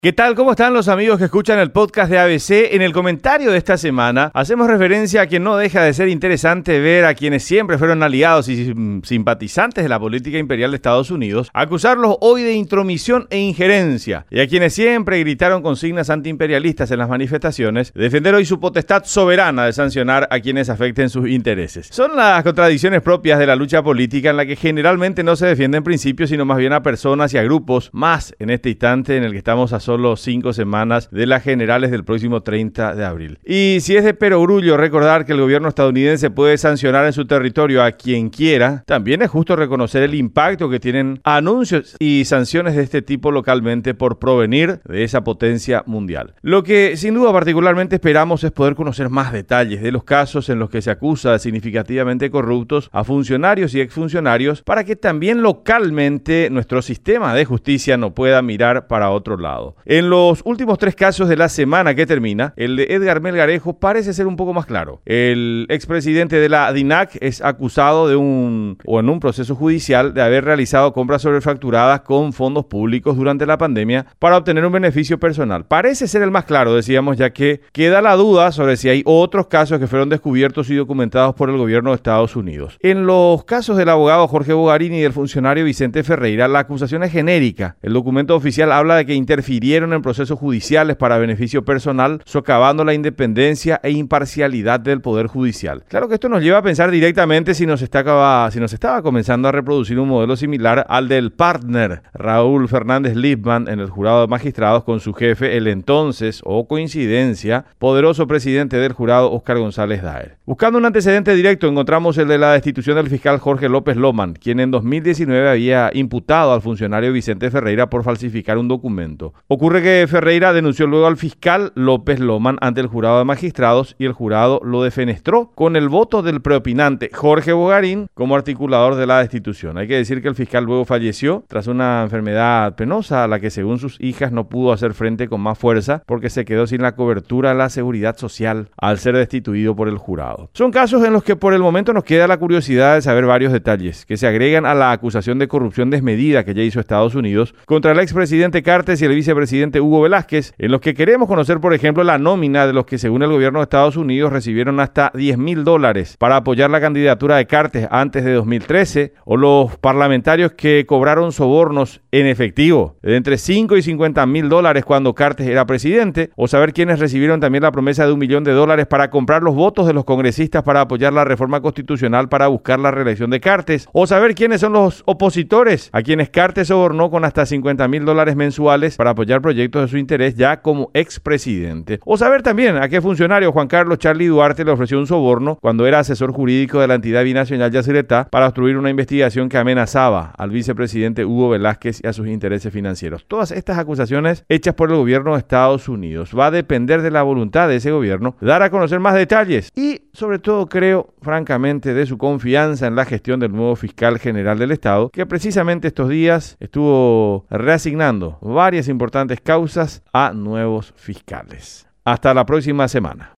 ¿Qué tal? ¿Cómo están los amigos que escuchan el podcast de ABC? En el comentario de esta semana hacemos referencia a que no deja de ser interesante ver a quienes siempre fueron aliados y simpatizantes de la política imperial de Estados Unidos acusarlos hoy de intromisión e injerencia, y a quienes siempre gritaron consignas antiimperialistas en las manifestaciones defender hoy su potestad soberana de sancionar a quienes afecten sus intereses. Son las contradicciones propias de la lucha política en la que generalmente no se defienden principios sino más bien a personas y a grupos, más en este instante en el que estamos a solo 5 semanas de las generales del próximo 30 de abril. Y si es de perogrullo recordar que el gobierno estadounidense puede sancionar en su territorio a quien quiera, también es justo reconocer el impacto que tienen anuncios y sanciones de este tipo localmente por provenir de esa potencia mundial. Lo que sin duda particularmente esperamos es poder conocer más detalles de los casos en los que se acusa de significativamente corruptos a funcionarios y exfuncionarios, para que también localmente nuestro sistema de justicia no pueda mirar para otro lado. En los últimos 3 casos de la semana que termina, el de Edgar Melgarejo parece ser un poco más claro. El expresidente de la DINAC es acusado en un proceso judicial de haber realizado compras sobrefacturadas con fondos públicos durante la pandemia para obtener un beneficio personal. Parece ser el más claro, decíamos, ya que queda la duda sobre si hay otros casos que fueron descubiertos y documentados por el gobierno de Estados Unidos. En los casos del abogado Jorge Bogarín y del funcionario Vicente Ferreira, la acusación es genérica. El documento oficial habla de que interfirieron en procesos judiciales para beneficio personal, socavando la independencia e imparcialidad del Poder Judicial. Claro que esto nos lleva a pensar directamente si nos estaba comenzando a reproducir un modelo similar al del partner Raúl Fernández Lipman en el jurado de magistrados con su jefe, el entonces, o coincidencia, poderoso presidente del jurado Óscar González Daer. Buscando un antecedente directo, encontramos el de la destitución del fiscal Jorge López Loman, quien en 2019 había imputado al funcionario Vicente Ferreira por falsificar un documento. Ocurre que Ferreira denunció luego al fiscal López Loman ante el jurado de magistrados y el jurado lo defenestró con el voto del preopinante Jorge Bogarín como articulador de la destitución. Hay que decir que el fiscal luego falleció tras una enfermedad penosa a la que según sus hijas no pudo hacer frente con más fuerza porque se quedó sin la cobertura de la seguridad social al ser destituido por el jurado. Son casos en los que por el momento nos queda la curiosidad de saber varios detalles que se agregan a la acusación de corrupción desmedida que ya hizo Estados Unidos contra el expresidente Cartes y el vicepresidente Hugo Velázquez, en los que queremos conocer, por ejemplo, la nómina de los que según el gobierno de Estados Unidos recibieron hasta $10,000 para apoyar la candidatura de Cartes antes de 2013, o los parlamentarios que cobraron sobornos en efectivo de entre $5 y $50,000 cuando Cartes era presidente, o saber quiénes recibieron también la promesa de $1 millón para comprar los votos de los congresistas para apoyar la reforma constitucional para buscar la reelección de Cartes, o saber quiénes son los opositores a quienes Cartes sobornó con hasta $50,000 mensuales para apoyar proyectos de su interés ya como expresidente. O saber también a qué funcionario Juan Carlos Charlie Duarte le ofreció un soborno cuando era asesor jurídico de la entidad binacional Yacyretá para obstruir una investigación que amenazaba al vicepresidente Hugo Velázquez y a sus intereses financieros. Todas estas acusaciones hechas por el gobierno de Estados Unidos. Va a depender de la voluntad de ese gobierno dar a conocer más detalles y, sobre todo, creo, francamente, de su confianza en la gestión del nuevo fiscal general del Estado, que precisamente estos días estuvo reasignando varias importantes causas a nuevos fiscales. Hasta la próxima semana.